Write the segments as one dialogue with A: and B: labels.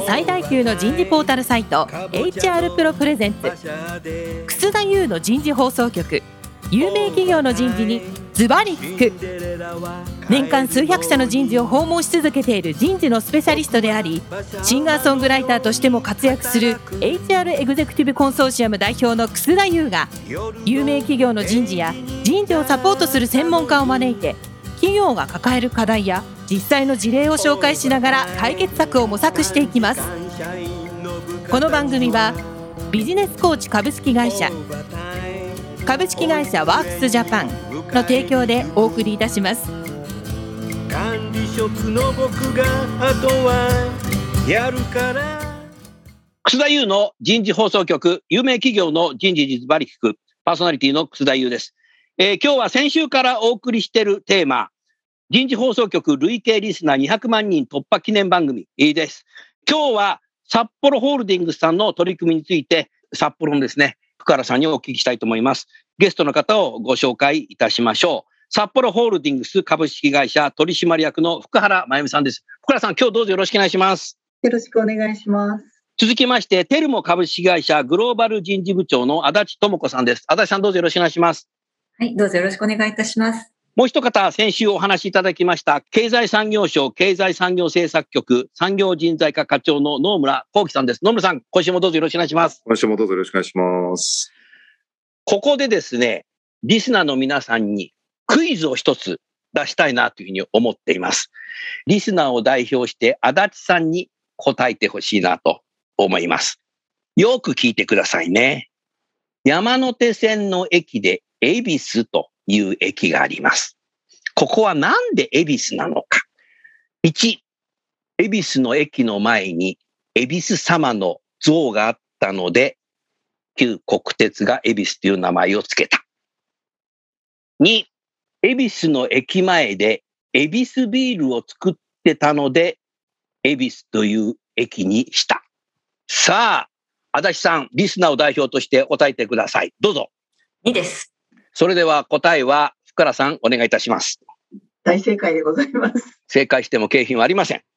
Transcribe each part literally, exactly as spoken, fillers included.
A: 最大級の人事ポータルサイト エイチアール プロプレゼンツ楠田優の人事放送局。有名企業の人事にズバリ聞く。年間数百社の人事を訪問し続けている人事のスペシャリストであり、シンガーソングライターとしても活躍する エイチアール エグゼクティブコンソーシアム代表の楠田優が、有名企業の人事や人事をサポートする専門家を招いて、企業が抱える課題や実際の事例を紹介しながら解決策を模索していきます。この番組はビジネスコーチ株式会社、株式会社ワークスジャパンの提供でお送りいたします。
B: 管理職の僕があとはやるから。
C: 楠田優の人事放送局、有名企業の人事にズバリ聞く、パーソナリティの楠田優です。えー、今日は先週からお送りしているテーマ、人事放送局累計リスナーにひゃくまんにん突破記念番組です。今日は札幌ホールディングスさんの取り組みについて、札幌のですね、福原さんにお聞きしたいと思います。ゲストの方をご紹介いたしましょう。札幌ホールディングス株式会社取締役の福原真由美さんです。福原さん、今日どうぞよろしくお願いします。
D: よろしくお願いします。
C: 続きまして、テルモ株式会社グローバル人事部長の足立智子さんです。足立さん、どうぞよろしくお願いします。
E: はい、どうぞよろしくお願いいたします。
C: もう一方、先週お話しいただきました、経済産業省経済産業政策局産業人材課課長の野村幸喜さんです。野村さん、今週もどうぞよろしくお願いします。
F: 今週もどうぞよろしくお願いします。
C: ここでですね、リスナーの皆さんにクイズを一つ出したいなというふうに思っています。リスナーを代表して足立さんに答えてほしいなと思います。よく聞いてくださいね。山手線の駅で恵比寿という駅があります。ここはなんで恵比寿なのか。いち、恵比寿の駅の前に恵比寿様の像があったので、旧国鉄が恵比寿という名前をつけた。に、恵比寿の駅前で恵比寿ビールを作ってたので、恵比寿という駅にした。さあ、足立さん、リスナーを代表として答えてください。どうぞ。
E: にです。そ
C: れでは答えは福原さん、お願いいたします。
D: 大正解でございます。
C: 正解しても景品はありません。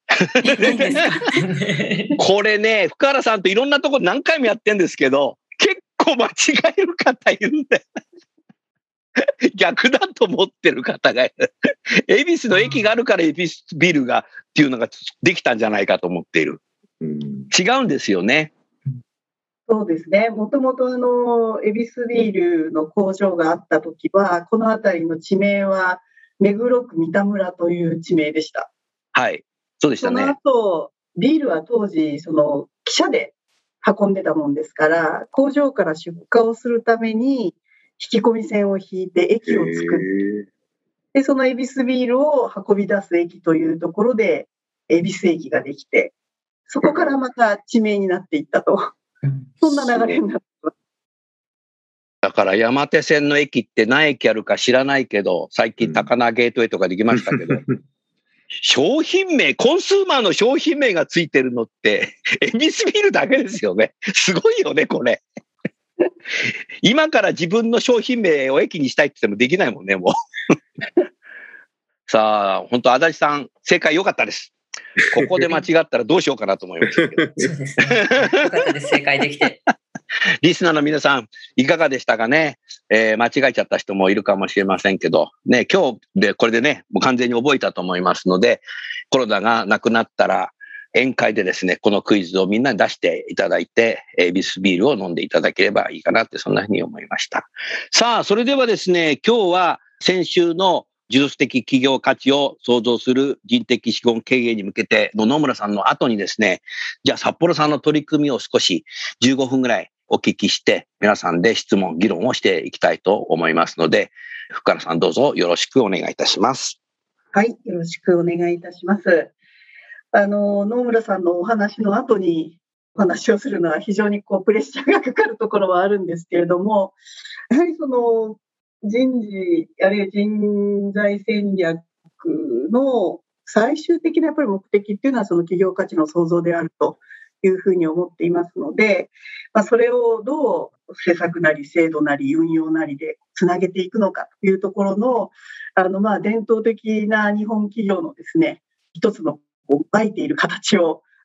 C: これね、福原さんといろんなところ何回もやってんですけど、結構間違える方いるんで。逆だと思ってる方がいる。恵比寿の駅があるから恵比寿ビルがっていうのができたんじゃないかと思っている。うん、違うんですよね。
D: そうですね。もともとあの恵比寿ビールの工場があった時は、この辺りの地名は目黒区三田村という地名でした。
C: はい、そうでしたね。
D: その後ビールは当時その汽車で運んでたもんですから、工場から出荷をするために引き込み線を引いて駅を作る。で、その恵比寿ビールを運び出す駅というところで恵比寿駅ができて、そこからまた地名になっていったと。そんな流れになってます。
C: だから山手線の駅って何駅あるか知らないけど、最近高輪ゲートウェイとかできましたけど、うん、商品名、コンスーマーの商品名がついてるのって恵比寿ビールだけですよね。すごいよね、これ。今から自分の商品名を駅にしたいって言ってもできないもんね、もう。さあ、本当足立さん、正解良かったです。ここで間違ったらどうしようかなと思いましたけど。
E: そうですね。良かったです、正解できて。
C: リスナーの皆さん、いかがでしたかね。えー、間違えちゃった人もいるかもしれませんけど、ね、今日でこれでね、もう完全に覚えたと思いますので、コロナがなくなったら、宴会でですね、このクイズをみんなに出していただいて、恵比寿ビールを飲んでいただければいいかなって、そんなふうに思いました。さあ、それではですね、今日は先週の自律的企業価値を創造する人的資本経営に向けての野村さんの後にですね、じゃあ札幌さんの取り組みを少しじゅうごふんぐらいお聞きして、皆さんで質問、議論をしていきたいと思いますので、福原さんどうぞよろしくお願いいたします。
D: はい、よろしくお願いいたします。あの、野村さんのお話の後にお話をするのは非常にこうプレッシャーがかかるところはあるんですけれども、やはりその人事、あるいは人材戦略の最終的なやっぱり目的っていうのはその企業価値の創造であるというふうに思っていますので、まあ、それをどう施策なり制度なり運用なりでつなげていくのかというところの、あのまあ伝統的な日本企業のですね、一つの描いている形を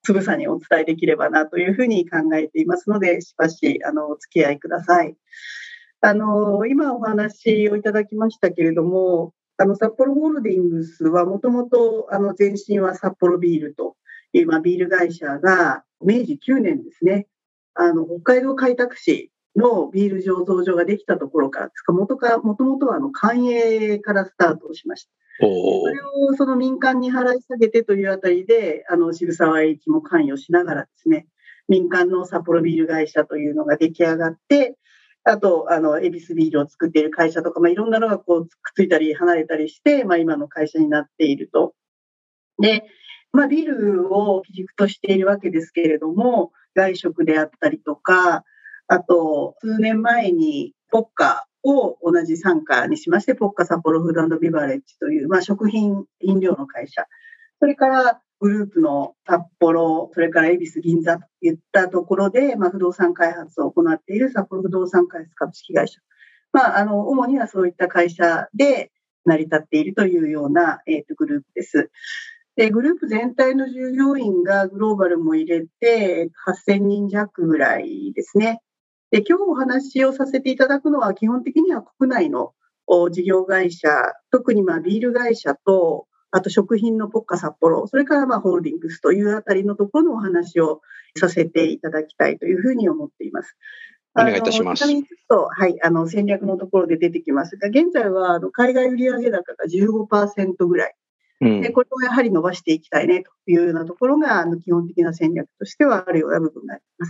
D: つぶさにお伝えできればなというふうに考えていますので、しばしあのお付き合いください。あの今お話をいただきましたけれども、あの札幌ホールディングスはもともと前身は札幌ビールという、まあ、ビール会社がめいじきゅうねんですね、あの北海道開拓市のビール醸造所ができたところからですか、もともとはあの官営からスタートをしました。それをその民間に払い下げてというあたりで、あの渋沢栄一も関与しながらですね、民間の札幌ビール会社というのが出来上がって、あとあの恵比寿ビールを作っている会社とか、まあ、いろんなのがこうくっついたり離れたりして、まあ、今の会社になっていると。で、まあ、ビールを基軸としているわけですけれども、外食であったりとか、あと数年前にポッカを同じ傘下にしまして、ポッカ札幌フード&ビバレッジという、まあ、食品飲料の会社、それからグループの札幌、それから恵比寿銀座といったところで、まあ、不動産開発を行っている札幌不動産開発株式会社、まあ、あの主にはそういった会社で成り立っているというような、えーと、グループです。で、グループ全体の従業員がグローバルも入れてはっせんにん弱ぐらいですね。で、今日お話をさせていただくのは基本的には国内の事業会社、特にまあビール会社と、あと食品のポッカ札幌、それからまあホールディングスというあたりのところのお話をさせていただきたいというふうに思っています。
C: お願いいたします。
D: ちなみにちょっと、はい、あの戦略のところで出てきますが、現在はあの海外売上高が じゅうごパーセント ぐらい。でこれをやはり伸ばしていきたいねというようなところがあの基本的な戦略としてはあるような部分があります。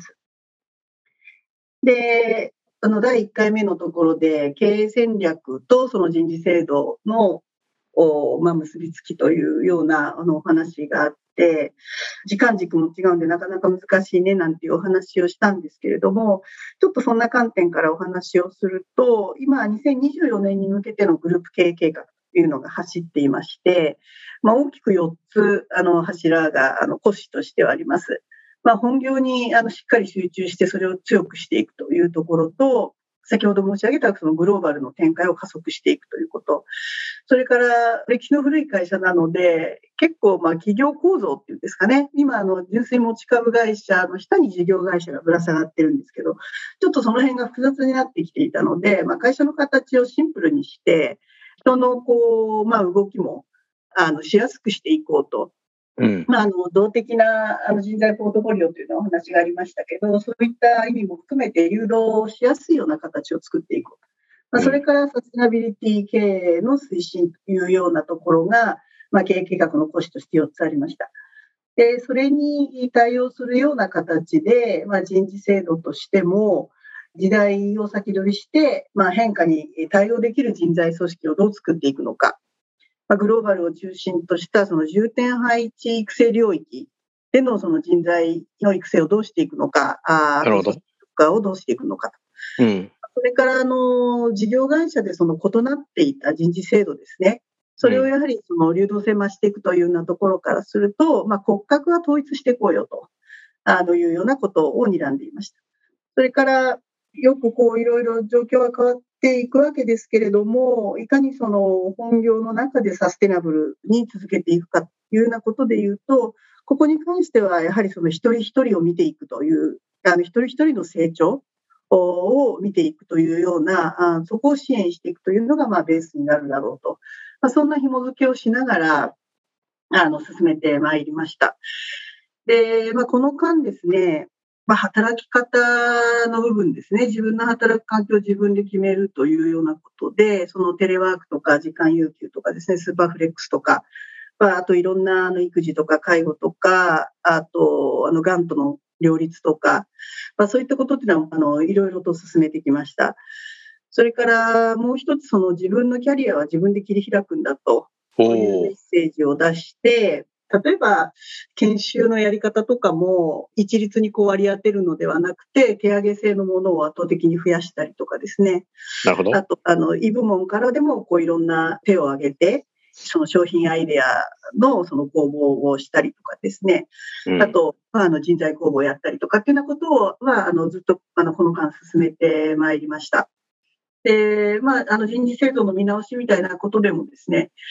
D: で、あのだいいっかいめのところで経営戦略とその人事制度のお、まあ、結びつきというようなあのお話があって、時間軸も違うんでなかなか難しいねなんていうお話をしたんですけれども、ちょっとそんな観点からお話をすると、今にせんにじゅうよねんに向けてのグループ経営計画というのが走っていまして、まあ、大きくよっつあの柱があの骨子としてはあります。まあ、本業にあのしっかり集中してそれを強くしていくというところと、先ほど申し上げたそのグローバルの展開を加速していくということ、それから歴史の古い会社なので結構まあ企業構造っていうんですかね、今あの純粋持ち株会社の下に事業会社がぶら下がってるんですけど、ちょっとその辺が複雑になってきていたので、まあ、会社の形をシンプルにして人のこう、まあ、動きもあのしやすくしていこうと。うんまあ、あの動的なあの人材ポートフォリオというのお話がありましたけど、そういった意味も含めて誘導しやすいような形を作っていこう。まあ、それからサステナビリティ経営の推進というようなところが、まあ、経営計画の骨子としてよっつありました。で、それに対応するような形で、まあ、人事制度としても時代を先取りして、まあ、変化に対応できる人材組織をどう作っていくのか。まあ、グローバルを中心としたその重点配置育成領域でのその人材の育成をどうしていくのか、あ
C: なるほど。
D: をどうしていくのか
C: と。うん、
D: それからあの事業会社でその異なっていた人事制度ですね。それをやはりその流動性増していくというようなところからすると、まあ、骨格は統一していこうよとあのいうようなことを睨んでいました。それからよくこういろいろ状況が変わっていくわけですけれども、いかにその本業の中でサステナブルに続けていくかというようなことでいうと、ここに関してはやはりその一人一人を見ていくという、あの一人一人の成長を見ていくというような、あそこを支援していくというのがまあベースになるだろうと、まあ、そんな紐付けをしながらあの進めてまいりました。で、まあ、この間ですね、まあ、働き方の部分ですね、自分の働く環境を自分で決めるというようなことで、そのテレワークとか時間有給とかですね、スーパーフレックスとか、まあ、あといろんなあの育児とか介護とか、あとあのがんとの両立とか、まあ、そういったことっていうのはあのいろいろと進めてきました。それからもう一つ、その自分のキャリアは自分で切り開くんだというメッセージを出して、例えば研修のやり方とかも一律にこう割り当てるのではなくて、手上げ制のものを圧倒的に増やしたりとかですね。
C: なるほど。
D: あとあの異部門からでもこういろんな手を挙げて、その商品アイデアのその公募をしたりとかですね。うん、あと、まあ、あの人材公募をやったりとかっていうようなことをはあのずっとあのこの間進めてまいりました。で、まあ、あの人事制度の見直しみたいなことでもですね、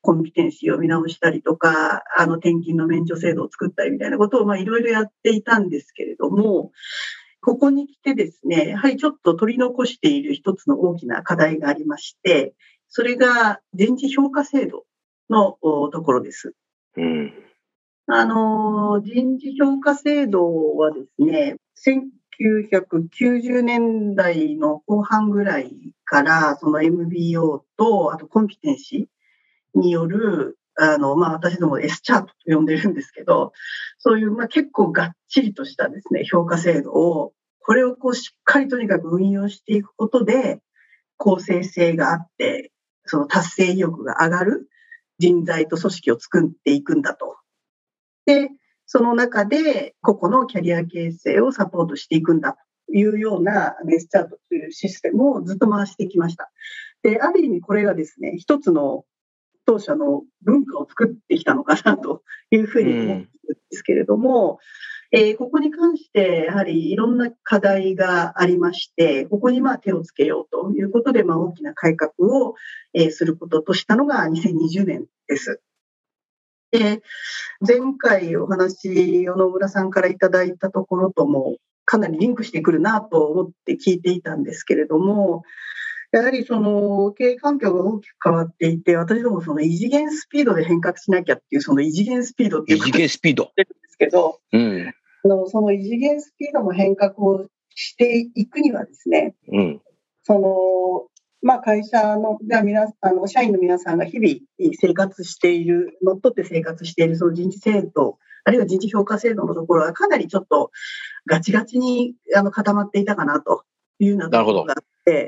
D: コンピテンシーを見直したりとか、あの転勤の免除制度を作ったりみたいなことをまあいろいろやっていたんですけれども、ここに来てですね、やはりちょっと取り残している一つの大きな課題がありまして、それが人事評価制度のところです。
C: うん、
D: あの、人事評価制度はですね、せんきゅうひゃくきゅうじゅうねんだいの後半ぐらいから、その エムビーオー と、あとコンピテンシーによる、あの、まあ、私ども S チャートと呼んでるんですけど、そういう、まあ、結構がっちりとしたですね、評価制度を、これをこうしっかりとにかく運用していくことで、公正性があって、その達成意欲が上がる人材と組織を作っていくんだと。で、その中で個々のキャリア形成をサポートしていくんだというような S チャートというシステムをずっと回してきました。で、ある意味これがですね、一つの当社の文化を作ってきたのかなというふうに思っているんですけれども、うん、えー、ここに関してやはりいろんな課題がありまして、ここにまあ手をつけようということで、まあ大きな改革を、えー、することとしたのがにせんにじゅうねんです。で、前回お話を野村さんからいただいたところともかなりリンクしてくるなと思って聞いていたんですけれども、やはりその経営環境が大きく変わっていて、私どもその異次元スピードで変革しなきゃっていう、その異次元スピードっていう
C: 異次元スピード
D: ってるんですけど、
C: うん、
D: あのその異次元スピードの変革をしていくにはですね、
C: うん、
D: そのまあ、会社の皆あの社員の皆さんが日々生活している、のっとって生活しているその人事制度、あるいは人事評価制度のところはかなりちょっとガチガチにあの固まっていたかなというようなところがあって、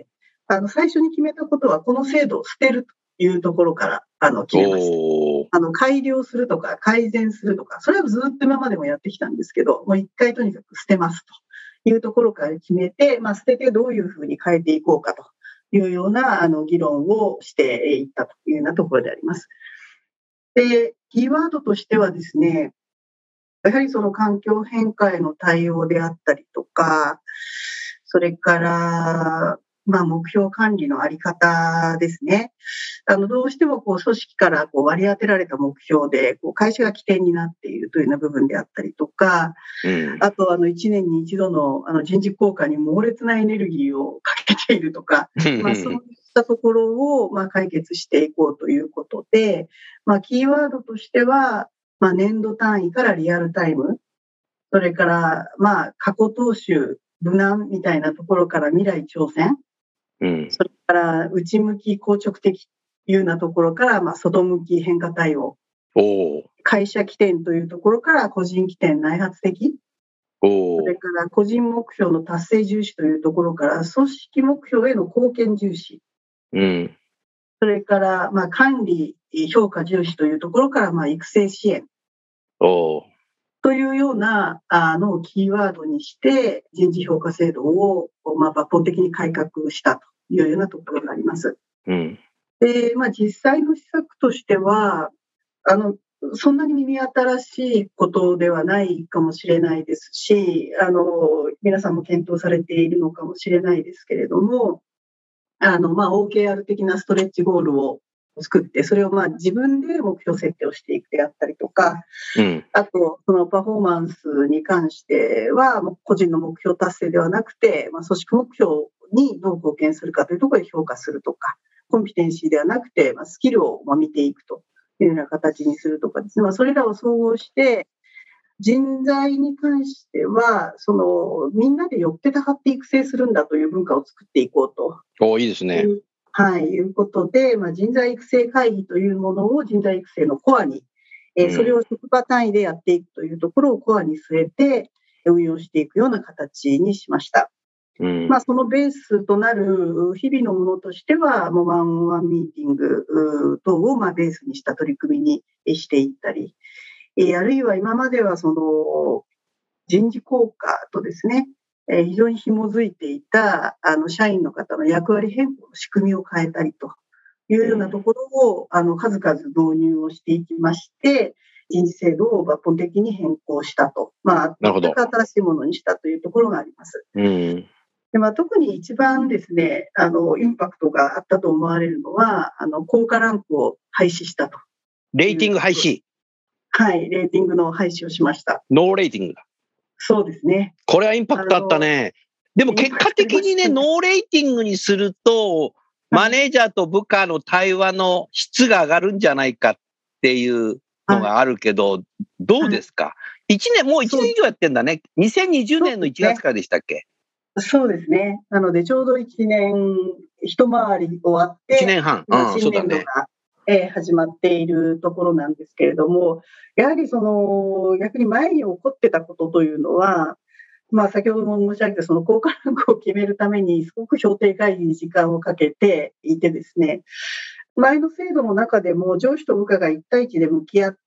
D: あの最初に決めたことはこの制度を捨てるというところからあの決めました。あの改良するとか改善するとか、それはずっと今までもやってきたんですけど、もう一回とにかく捨てますというところから決めて、まあ、捨ててどういうふうに変えていこうかというようなあの議論をしていったというようなところであります。で、キーワードとしてはですね、やはりその環境変化への対応であったりとか、それからまあ目標管理のあり方ですね。あのどうしてもこう組織からこう割り当てられた目標でこう会社が起点になっているというような部分であったりとか、うん、あとあのいちねんに一度のあの人事効果に猛烈なエネルギーをかけているとか、まあ、そういったところをまあ解決していこうということで、まあ、キーワードとしては、まあ、年度単位からリアルタイム、それからまあ過去踏襲無難みたいなところから未来挑戦、うん、それから内向き硬直的というようなところから、まあ、外向き変化対応、お会社起点というところから個人起点内発的、おそれから個人目標の達成重視というところから組織目標への貢献重視、うん、それから、まあ、管理評価重視というところから、まあ、育成支援おというようなあのをキーワードにして人事評価制度を、まあ、抜本的に改革したというようなところがあります。うん、で、まあ、実際の施策としてはあのそんなに耳新しいことではないかもしれないですし、あの皆さんも検討されているのかもしれないですけれども、あの、まあ、オーケーアール 的なストレッチゴールを作って、それをまあ自分で目標設定をしていくであったりとか、うん、あとそのパフォーマンスに関しては個人の目標達成ではなくて、まあ、組織目標にどう貢献するかというところで評価するとか、コンピテンシーではなくて、まあ、スキルをまあ見ていくというような形にするとかですね、まあ、それらを総合して人材に関してはそのみんなで寄ってたかって育成するんだという文化を作っていこうと。
C: お、いいですね。
D: はい、いうことで、まあ、人材育成会議というものを人材育成のコアに、えー、それを職場単位でやっていくというところをコアに据えて運用していくような形にしました。うんまあ、そのベースとなる日々のものとしては、もうワンオンワンミーティング等をまあベースにした取り組みにしていったり、えー、あるいは今まではその人事効果とですね、えー、非常に紐づいていたあの社員の方の役割変更の仕組みを変えたりというようなところをあの数々導入をしていきまして、人事制度を抜本的に変更したと、まあ、全く新しいものにしたというところがあります。うんで、まあ、特に一番ですね、あの、インパクトがあったと思われるのは、あの、高価ランクを廃止したと。
C: レーティング廃止。
D: はい、レーティングの廃止をしました。
C: ノーレーティングだ。
D: そうですね。
C: これはインパクトあったね。でも結果的にね、ノーレーティングにすると、マネージャーと部下の対話の質が上がるんじゃないかっていうのがあるけど、どうですか？いちねん、もういちねん以上やってんだね。にせんにじゅうねんのいちがつからでしたっけ？
D: そうですね。なので、ちょうどいちねん一回り終わって、
C: いちねんはん、うん、
D: 新年度が、えー、始まっているところなんですけれども、やはりその、逆に前に起こってたことというのは、まあ、先ほども申し上げたその高価ランクを決めるためにすごく評定会議に時間をかけていてですね、前の制度の中でも上司と部下が一対一で向き合って、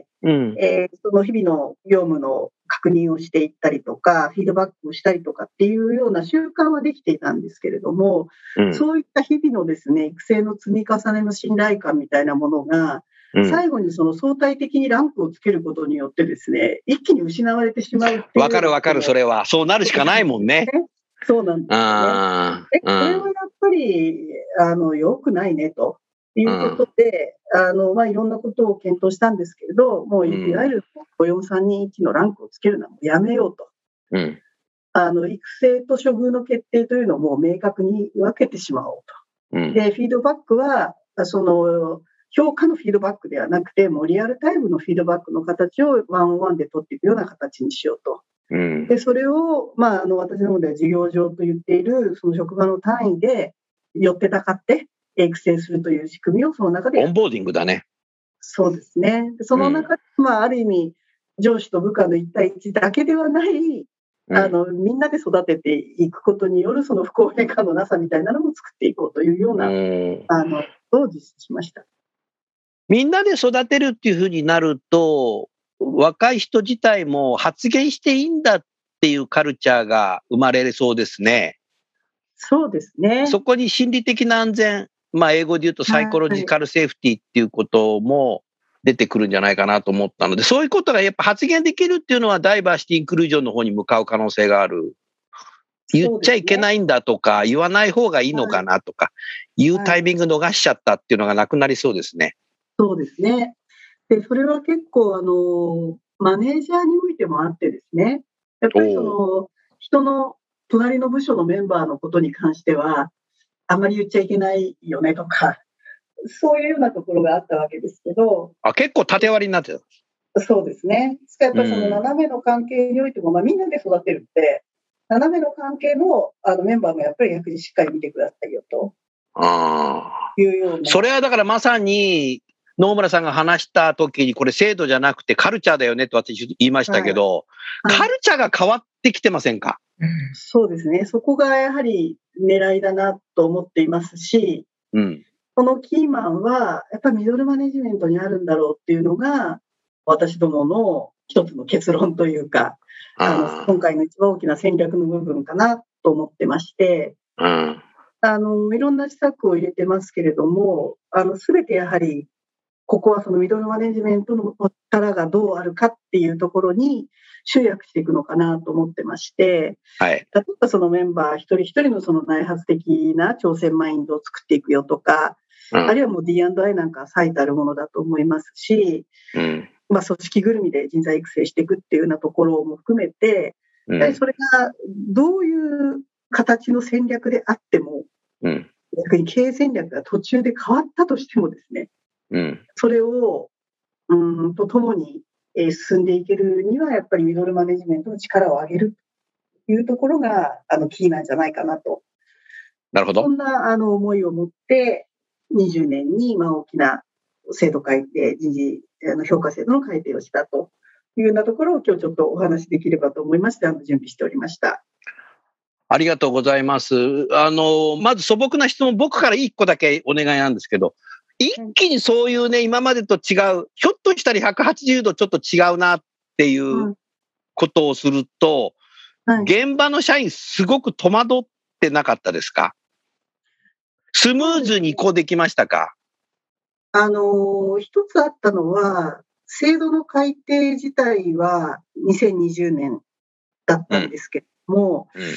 D: うんえー、その日々の業務の確認をしていったりとか、フィードバックをしたりとかっていうような習慣はできていたんですけれども、うん、そういった日々のですね、育成の積み重ねの信頼感みたいなものが、うん、最後にその相対的にランクをつけることによってですね、一気に失われてしまうっていう。
C: わかるわかる、それは。そうなるしかないもんね。
D: そうなんですよね。で、これはやっぱり、あの、良くないねと。いうことで、うん、あの、まあ、いろんなことを検討したんですけれど、もういわゆるごよんさんにいちのランクをつけるのはもうやめようと。うん、あの、育成と処遇の決定というのをもう明確に分けてしまおうと。うん、で、フィードバックは、その、評価のフィードバックではなくて、もうリアルタイムのフィードバックの形をワンオンワンで取っていくような形にしようと。うん、で、それを、まあ、あの、私の方では事業上と言っている、その職場の単位で寄ってたかって、育成するという仕組みをその中で。
C: オンボーディングだね。
D: そうですね。その中で、うん、まあ、ある意味、上司と部下の一対一だけではない、うん、あの、みんなで育てていくことによるその不公平感のなさみたいなのも作っていこうというような、うん、あの、を実施しました。
C: みんなで育てるっていうふうになると、若い人自体も発言していいんだっていうカルチャーが生まれそうですね。
D: そうですね。
C: そこに心理的な安全、まあ英語で言うとサイコロジカルセーフティっていうことも出てくるんじゃないかなと思ったので、そういうことがやっぱ発言できるっていうのはダイバーシティインクルージョンの方に向かう可能性がある。言っちゃいけないんだとか、言わない方がいいのかなとか、言うタイミング逃しちゃったっていうのがなくなりそうですね。
D: そうですね。で、それは結構あの、マネージャーにおいてもあってですね、やっぱりその人の隣の部署のメンバーのことに関しては、あんまり言っちゃいけないよねとか、そういうようなところがあったわけですけど。
C: あ、結構縦割りになって
D: た。そうですね。やっぱりその斜めの関係においても、まあ、みんなで育てるって、斜めの関係のあのメンバーもやっぱり逆にしっかり見てくださいよと。
C: あ
D: いうような。
C: それはだからまさに、野村さんが話した時に、これ制度じゃなくてカルチャーだよねって私言いましたけど、はいはい、カルチャーが変わってきてませんか？
D: そうですね。そこがやはり狙いだなと思っていますし、うん、このキーマンはやっぱりミドルマネジメントにあるんだろうっていうのが私どもの一つの結論というか、あの今回の一番大きな戦略の部分かなと思ってまして、うん、あのいろんな施策を入れてますけれども、あの全てやはりここはそのミドルマネジメントの力がどうあるかっていうところに集約していくのかなと思ってまして、はい、例えばそのメンバー一人一人のその内発的な挑戦マインドを作っていくよとか、うん、あるいはもう ディーアンドアイ なんか最たるものだと思いますし、うんまあ、組織ぐるみで人材育成していくっていうようなところも含めて、うん、やはりそれがどういう形の戦略であっても、うん、逆に経営戦略が途中で変わったとしてもですね、うん、それをうんと共に進んでいけるにはやっぱりミドルマネジメントの力を上げるというところがあのキーなんじゃないかなと。
C: なるほど。
D: そんなあの思いを持ってにじゅうねんにまあ大きな制度改定、人事あの評価制度の改定をしたというようなところを今日ちょっとお話しできればと思いましてあの準備しておりました。
C: ありがとうございます。あのまず素朴な質問、僕からいっこだけお願いなんですけど、一気にそういうね、今までと違う、ひょっとしたらひゃくはちじゅうどちょっと違うなっていうことをすると、はいはい、現場の社員すごく戸惑ってなかったですか？スムーズに移行できましたか？
D: あの、一つあったのは、制度の改定自体はにせんにじゅうねんだったんですけども、うんうん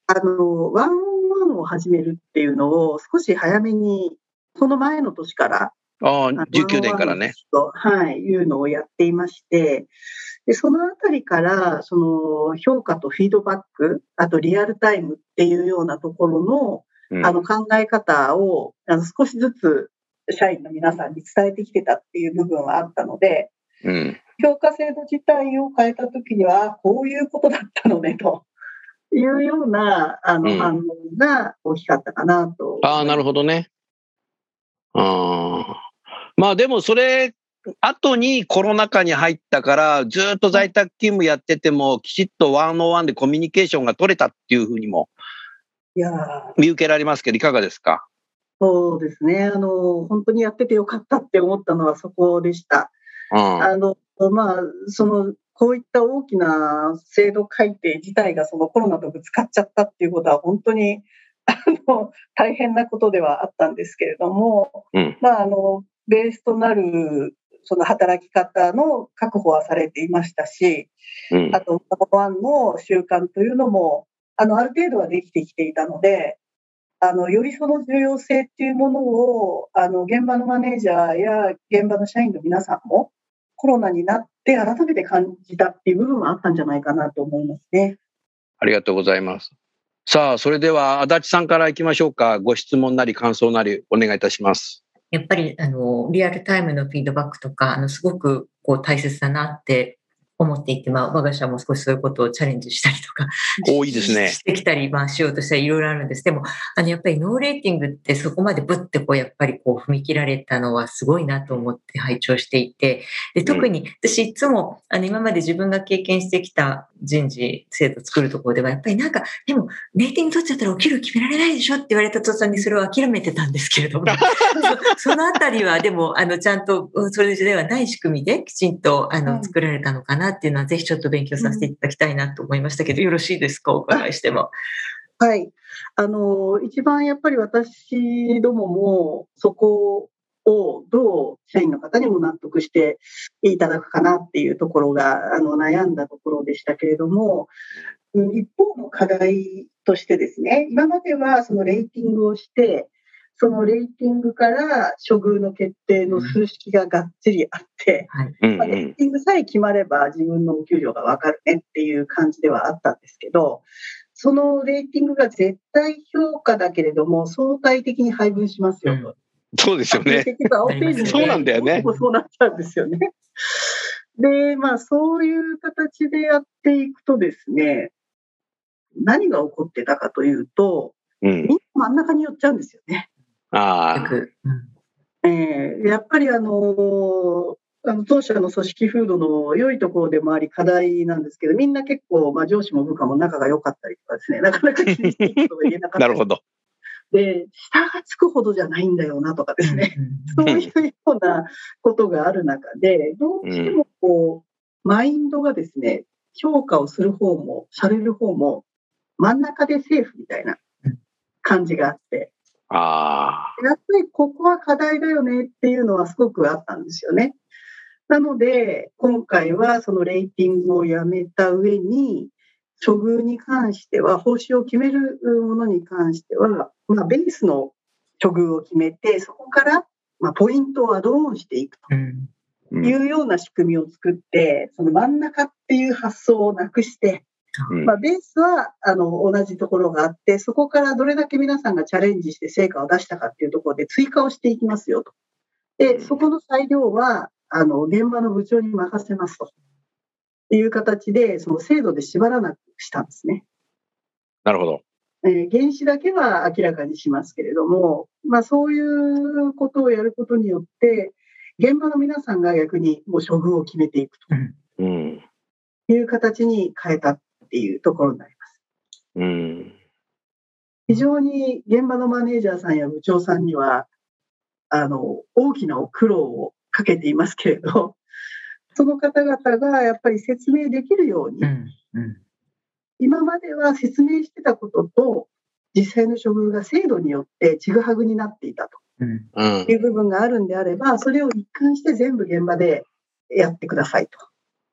D: あの、ワンオンワンを始めるっていうのを少し早めに、その前の年から、
C: ああ、じゅうきゅうねんからね。
D: と、はい、いうのをやっていまして、で、そのあたりから、その評価とフィードバック、あとリアルタイムっていうようなところの、うん、あの考え方をあの少しずつ社員の皆さんに伝えてきてたっていう部分はあったので、うん、評価制度自体を変えたときには、こういうことだったのねというようなあの、うん、反応が大きかったかなと。
C: ああ、なるほどね。あまあでもそれ後にコロナ禍に入ったからずっと在宅勤務やっててもきちっとワンオンワンでコミュニケーションが取れたっていうふうにも見受けられますけどいかがですか？
D: そうですね、あの本当にやっててよかったって思ったのはそこでした。うん、あのまあそのこういった大きな制度改定自体がそのコロナとぶつかっちゃったっていうことは本当にあの大変なことではあったんですけれども、うん、まああのベースとなるその働き方の確保はされていましたし、うん、あとワンの習慣というのもあのある程度はできてきていたので、あのよりその重要性っていうものをあの現場のマネージャーや現場の社員の皆さんもコロナになって改めて感じたっていう部分はあったんじゃないかなと思いますね。
C: ありがとうございます。さあ、それでは足立さんからいきましょうか。ご質問なり感想なりお願いいたします。
E: やっぱりあのリアルタイムのフィードバックとかあのすごくこう大切だなって思っていて、まあ、我が社も少しそういうことをチャレンジしたりとか
C: 多いですね。
E: してきたり、まあ、しようとしたらいろいろあるんです。でもあのやっぱりノーレーティングってそこまでぶってこうやっぱりこう踏み切られたのはすごいなと思って拝聴していて、で特に私いつもあの今まで自分が経験してきた人事制度を作るところではやっぱりなんかでもレーティング取っちゃったらお給料決められないでしょって言われた途端にそれを諦めてたんですけれどもそ, そのあたりはでもあのちゃんとそれではない仕組みできちんとあの作られたのかなっていうのは、ぜひちょっと勉強させていただきたいなと思いましたけど、よろしいですか、お伺いしても。
D: はい、あの一番やっぱり私どももそこをどう社員の方にも納得していただくかなっていうところがあの悩んだところでしたけれども、一方の課題としてですね、今まではそのレーティングをしてそのレーティングから処遇の決定の数式ががっちりあって、うんまあ、レーティングさえ決まれば自分のお給料が分かるねっていう感じではあったんですけど、そのレーティングが絶対評価だけれども相対的に配分しますよと、うん、
C: そうですよね。
D: 結局青ページで
C: そうなんだよね。
D: そうなっちゃうんですよね。で、まあそういう形でやっていくとですね、何が起こってたかというと、うん、みんな真ん中に寄っちゃうんですよね。
C: あ
D: えー、やっぱりあのあの当社の組織風土の良いところでもあり課題なんですけど、みんな結構、まあ、上司も部下も仲が良かったりとかですね、なかなか厳しいことが言えなかったり
C: なるほど。
D: で、下がつくほどじゃないんだよなとかですね、そういうようなことがある中で、どうしてもこうマインドがですね、評価をする方もされる方も真ん中でセーフみたいな感じがあって、
C: あ
D: やっぱりここは課題だよねっていうのはすごくあったんですよね。なので今回はそのレーティングをやめた上に処遇に関しては報酬を決めるものに関しては、まあ、ベースの処遇を決めてそこからまあポイントをアドオンしていくというような仕組みを作って、その真ん中っていう発想をなくしてまあ、ベースはあの同じところがあって、そこからどれだけ皆さんがチャレンジして成果を出したかっていうところで追加をしていきますよと。で、そこの裁量はあの現場の部長に任せますという形で、その制度で縛らなくしたんですね。
C: なるほど。
D: えー、原資だけは明らかにしますけれども、まあ、そういうことをやることによって、現場の皆さんが逆にもう処遇を決めていくという形に変えたっていうところになります。
C: うん、
D: 非常に現場のマネージャーさんや部長さんにはあの大きな苦労をかけていますけれど、その方々がやっぱり説明できるように、うんうん、今までは説明してたことと実際の処遇が制度によってちぐはぐになっていたという部分があるんであれば、それを一貫して全部現場でやってくださいと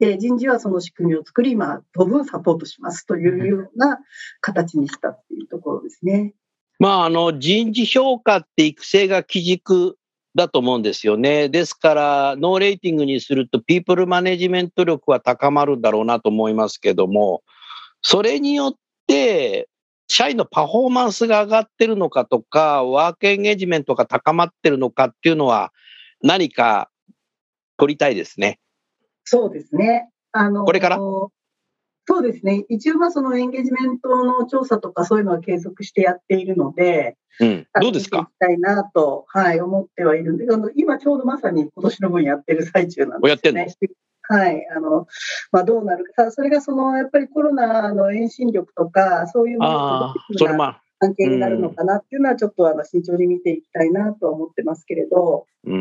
D: で人事はその仕組みを作り、まあ、当分サポートしますというような形にしたっていうところですね。
C: まあ、あの人事評価って育成が基軸だと思うんですよね。ですからノーレーティングにするとピープルマネジメント力は高まるんだろうなと思いますけども、それによって社員のパフォーマンスが上がってるのかとか、ワークエンゲージメントが高まってるのかっていうのは何か取りたいですね。
D: そうですね。あの
C: これから
D: そうですね。一応まあそのエンゲージメントの調査とかそういうのは継続してやっているので、
C: うん、どうですか？
D: 見ていきたいなと、はい、思ってはいるんです。あの今ちょうどまさに今年の分やってる最中なんですよね。
C: やってんの？
D: はい、あのまあ、どうなるか、それがそのやっぱりコロナの遠心力とかそういうものとどういうふうな関係になるのかなっていうのはちょっとあの慎重に見ていきたいなとは思ってますけれど、
C: うん、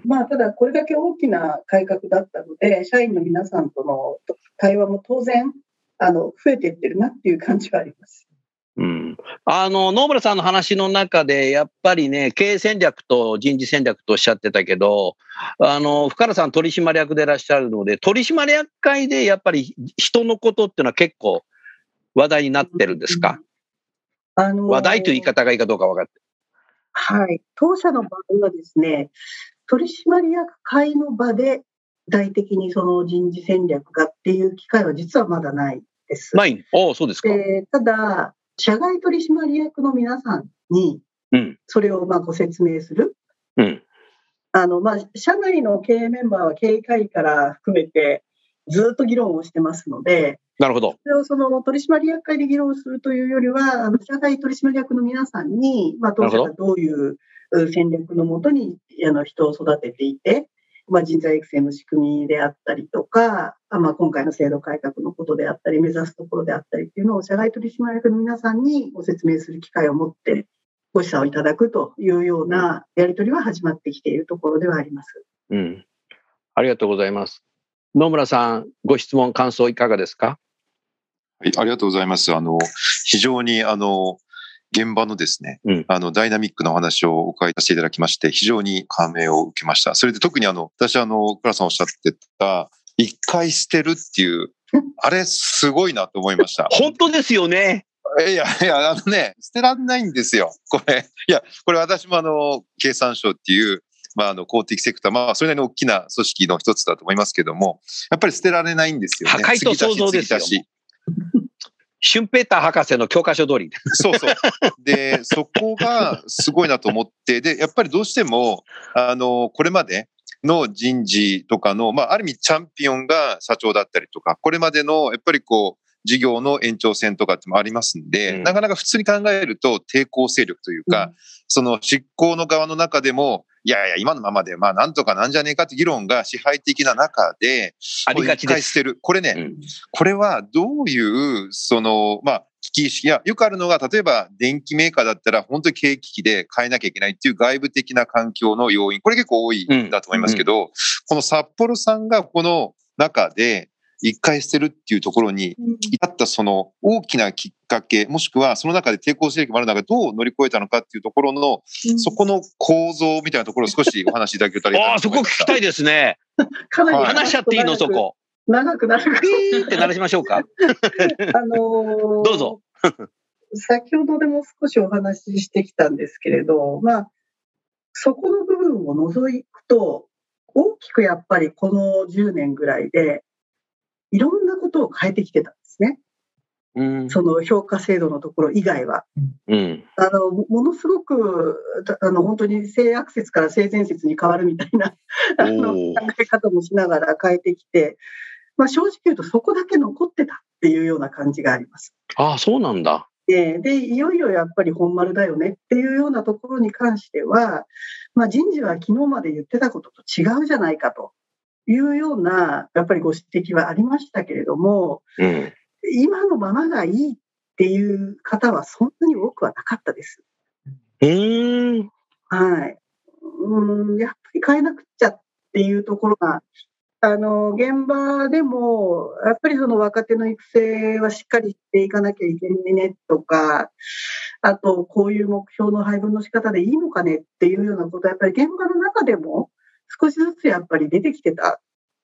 D: まあ、ただこれだけ大きな改革だったので社員の皆さんとの対話も当然あの増えていってるなっていう感じはあります。
C: うん、あの野村さんの話の中でやっぱりね、経営戦略と人事戦略とおっしゃってたけど、あの深田さん取締役でいらっしゃるので、取締役会でやっぱり人のことっていうのは結構話題になってるんですか？うん、あのー、話題という言い方がいいかどうか分かって。
D: はい、当社の場合はですね、取締役会の場で具体的にその人事戦略がっていう機会は実はまだないです。
C: ない。お、そうですか。
D: でただ社外取締役の皆さんにそれをまあご説明する、うん、あのまあ社内の経営メンバーは経営会議から含めてずっと議論をしてますので、
C: なるほど。
D: それをその取締役会で議論するというよりは、あの社外取締役の皆さんに、まあ、当社がどういう戦略のもとにあの人を育てていて、まあ、人材育成の仕組みであったりとか、まあ、今回の制度改革のことであったり、目指すところであったりっていうのを社外取締役の皆さんにご説明する機会を持ってご示唆をいただくというようなやり取りは始まってきているところではあります。
C: うん、ありがとうございます。野村さん、ご質問感想いかがですか？
F: はい、ありがとうございます。あの非常にあの現場のですね、うん、あのダイナミックなお話をお伺いさせていただきまして、非常に感銘を受けました。それで特にあの私あの倉さんおっしゃってた一回捨てるっていうあれすごいなと思いました。
C: 本当ですよね。
F: いやいやあのね捨てらんないんですよこれ。いやこれ私もあの経産省っていうまああの公的セクター、まあそれなりに大きな組織の一つだと思いますけども、やっぱり捨てられないんですよね。
C: 破壊と創造ですよ。シュンペーター博士の教科書通り。
F: そうそう。で、そこがすごいなと思って、で、やっぱりどうしても、あの、これまでの人事とかの、まあ、ある意味チャンピオンが社長だったりとか、これまでの、やっぱりこう、事業の延長線とかってもありますんで、うん、なかなか普通に考えると抵抗勢力というか、うん、その執行の側の中でも、いやいや、今のままで、まあ、なんとかなんじゃねえかって議論が支配的な中で、
C: ありがちです。
F: 一回捨てる。これね、うん、これはどういう、その、まあ、危機意識、いや、よくあるのが、例えば電機メーカーだったら、本当に経営危機で変えなきゃいけないっていう外部的な環境の要因、これ結構多いんだと思いますけど、うんうん、この札幌さんがこの中で、一回捨てるっていうところに至ったその大きなきっかけ、もしくはその中で抵抗勢力もある中でどう乗り越えたのかっていうところの、そこの構造みたいなところを少しお話しいただけたらいい
C: ああ、そこ聞きたいですね。かなり話しちゃっていいの、そこ。
D: 長くなるから。
C: ピーって鳴らしましょうか。
D: あのー、
C: どうぞ。
D: 先ほどでも少しお話ししてきたんですけれど、まあ、そこの部分を除くと、大きくやっぱりこのじゅうねんぐらいで、いろんなことを変えてきてたんですね。うん、その評価制度のところ以外は。うん、あのものすごくあの本当に性悪説から性善説に変わるみたいなあの考え方もしながら変えてきて、まあ、正直言うとそこだけ残ってたっていうような感じがあります。
C: ああ、そうなんだ。
D: で, でいよいよやっぱり本丸だよねっていうようなところに関しては、まあ、人事は昨日まで言ってたことと違うじゃないかというようなやっぱりご指摘はありましたけれども、うん、今のままがいいっていう方はそんなに多くはなかったです。
C: うーん、
D: はい、うん、やっぱり変えなくちゃっていうところがあの現場でもやっぱりその若手の育成はしっかりしていかなきゃいけないねとか、あとこういう目標の配分の仕方でいいのかねっていうようなことはやっぱり現場の中でも少しずつやっぱり出てきてた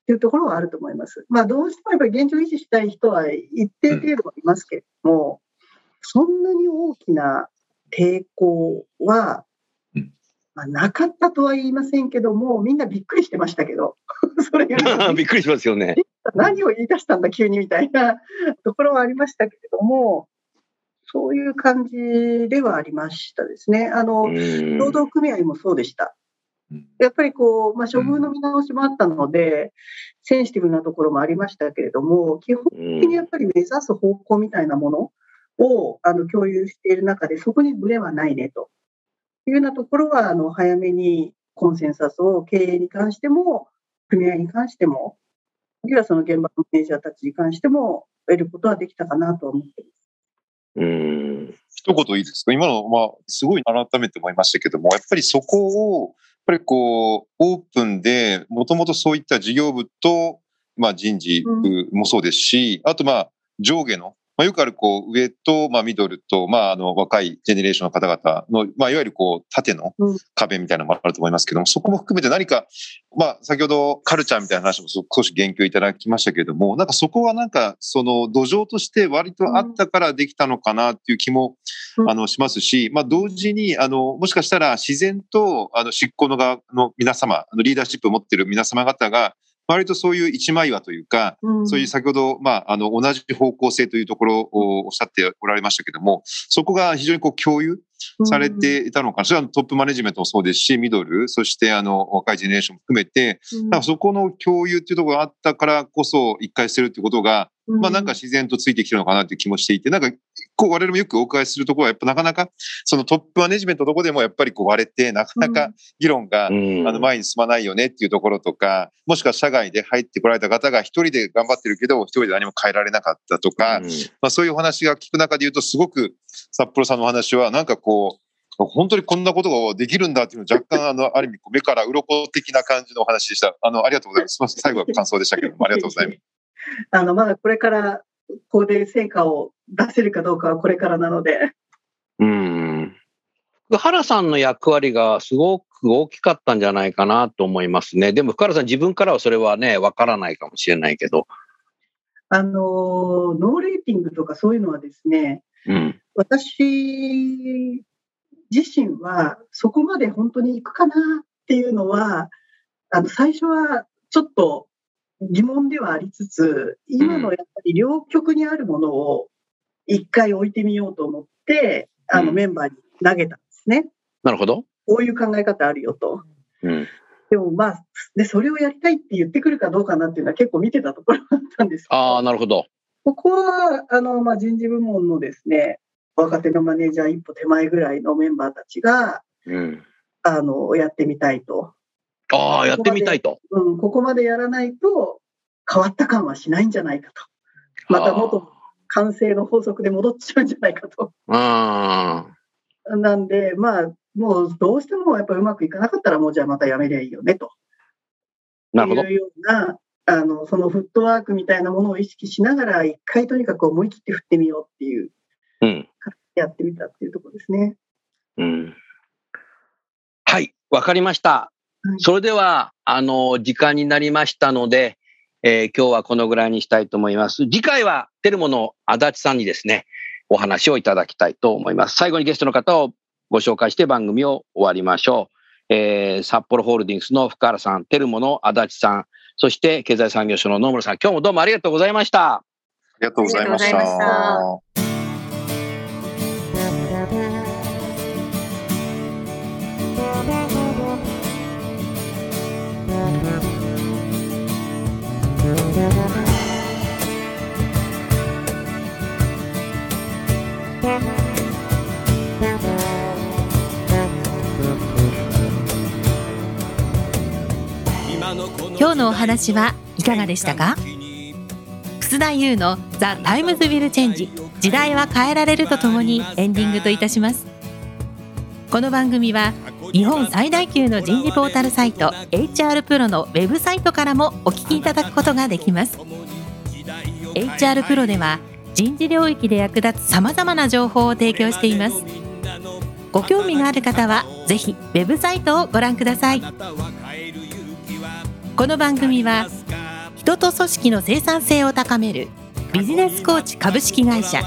D: っていうところはあると思います。まあ、どうしてもやっぱり現状維持したい人は一定程度はいますけれども、そんなに大きな抵抗は、まあ、なかったとは言いませんけども、みんなびっくりしてましたけど、それが
C: びっくりしますよね。
D: 何を言い出したんだ急にみたいなところはありましたけれども、そういう感じではありましたですね。あの労働組合もそうでした。やっぱりこう、まあ、処遇の見直しもあったので、センシティブなところもありましたけれども、基本的にやっぱり目指す方向みたいなものをあの共有している中で、そこにブレはないねというようなところは、あの早めにコンセンサスを経営に関しても、組合に関しても、あるいはその現場のマネージャーたちに関しても、得ることはできたかなと思っています。
F: うーん一言いいですか。今の、まあ、すごい改めて思いましたけども、やっぱりそこを、やっぱりこう、オープンで、もともとそういった事業部と、まあ、人事部もそうですし、うん、あと、まあ、上下の、まあ、よくある、こう、上と、まあ、ミドルと、まあ、あの、若いジェネレーションの方々の、まあ、いわゆる、こう、縦の壁みたいなのもあると思いますけども、そこも含めて何か、まあ、先ほどカルチャーみたいな話も少し言及いただきましたけれども、なんかそこはなんか、その土壌として割とあったからできたのかなっていう気も、あの、しますし、まあ、同時に、あの、もしかしたら自然と、あの、執行の側の皆様、あの、リーダーシップを持っている皆様方が、割とそういう一枚岩というか、うん、そういう先ほど、まあ、あの、同じ方向性というところをおっしゃっておられましたけども、そこが非常にこう共有されていたのかな。うん、それはトップマネジメントもそうですし、ミドル、そしてあの、若いジェネレーションも含めて、うん、なんかそこの共有っていうところがあったからこそ、一回してるっていうことが、うん、まあなんか自然とついてきてるのかなという気もしていて、なんか、こう我々もよくお伺いするところは、やっぱなかなか、そのトップマネジメントのところでもやっぱりこう割れて、なかなか議論が、うん、あの前に進まないよねっていうところとか、もしくは社外で入ってこられた方が一人で頑張ってるけど、一人で何も変えられなかったとか、うん、まあそういうお話が聞く中で言うと、すごく札幌さんのお話は、なんかこう、本当にこんなことができるんだっていうの若干、あの、ある意味、目から鱗的な感じのお話でした。あの、ありがとうございます。最後は感想でしたけども、ありがとうございます。
D: あの、まだこれから、ここで成果を出せるかどうかはこれからなので。
C: うん。福原さんの役割がすごく大きかったんじゃないかなと思いますね。でも福原さん自分からはそれはね、わからないかもしれないけど。
D: あの、ノーレーティングとかそういうのはですね、うん、私、自身はそこまで本当に行くかなっていうのは、あの最初はちょっと疑問ではありつつ、今のやっぱり両極にあるものを一回置いてみようと思って、あのメンバーに投げたんですね。
C: なるほど。
D: こういう考え方あるよと。
C: うん、
D: でもまあで、それをやりたいって言ってくるかどうかなっていうのは結構見てたところだったんですけど。
C: ああ、なるほど。
D: ここはあの、まあ、人事部門のですね、若手のマネージャー一歩手前ぐらいのメンバーたちが、うん、あのやってみたいと。
C: ああ、やってみたいと、
D: うん。ここまでやらないと変わった感はしないんじゃないかと。また元完成の法則で戻っちゃうんじゃないかと。
C: あ
D: なんで、まあ、もうどうしてもやっぱりうまくいかなかったら、もうじゃあまたやめりゃいいよねと。
C: なるほど。
D: いうような、あの、そのフットワークみたいなものを意識しながら、一回とにかく思い切って振ってみようっていう。うん、やってみたっていうところですね。
C: うん、はい、わかりました。はい、それではあの時間になりましたので、えー、今日はこのぐらいにしたいと思います。次回はテルモの足立さんにですね、お話をいただきたいと思います。最後にゲストの方をご紹介して番組を終わりましょう。えー、札幌ホールディングスの福原さん、テルモの足立さん、そして経済産業省の野村さん、今日もどうもありがとうございました。
F: ありがとうございました。
A: 今日のお話はいかがでしたか？楠田優の The Times Will Change 時代は変えられるとともにエンディングといたします。この番組は日本最大級の人事ポータルサイト エイチアール プロのウェブサイトからもお聞きいただくことができます。 エイチアール プロでは人事領域で役立つさまざまな情報を提供しています。ご興味がある方はぜひウェブサイトをご覧ください。この番組は人と組織の生産性を高めるビジネスコーチ株式会社。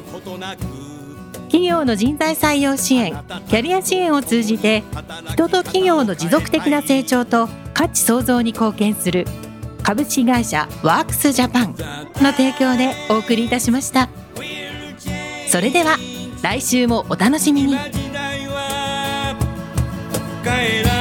A: 企業の人材採用支援、キャリア支援を通じて人と企業の持続的な成長と価値創造に貢献する株式会社ワークスジャパンの提供でお送りいたしました。それでは来週もお楽しみに。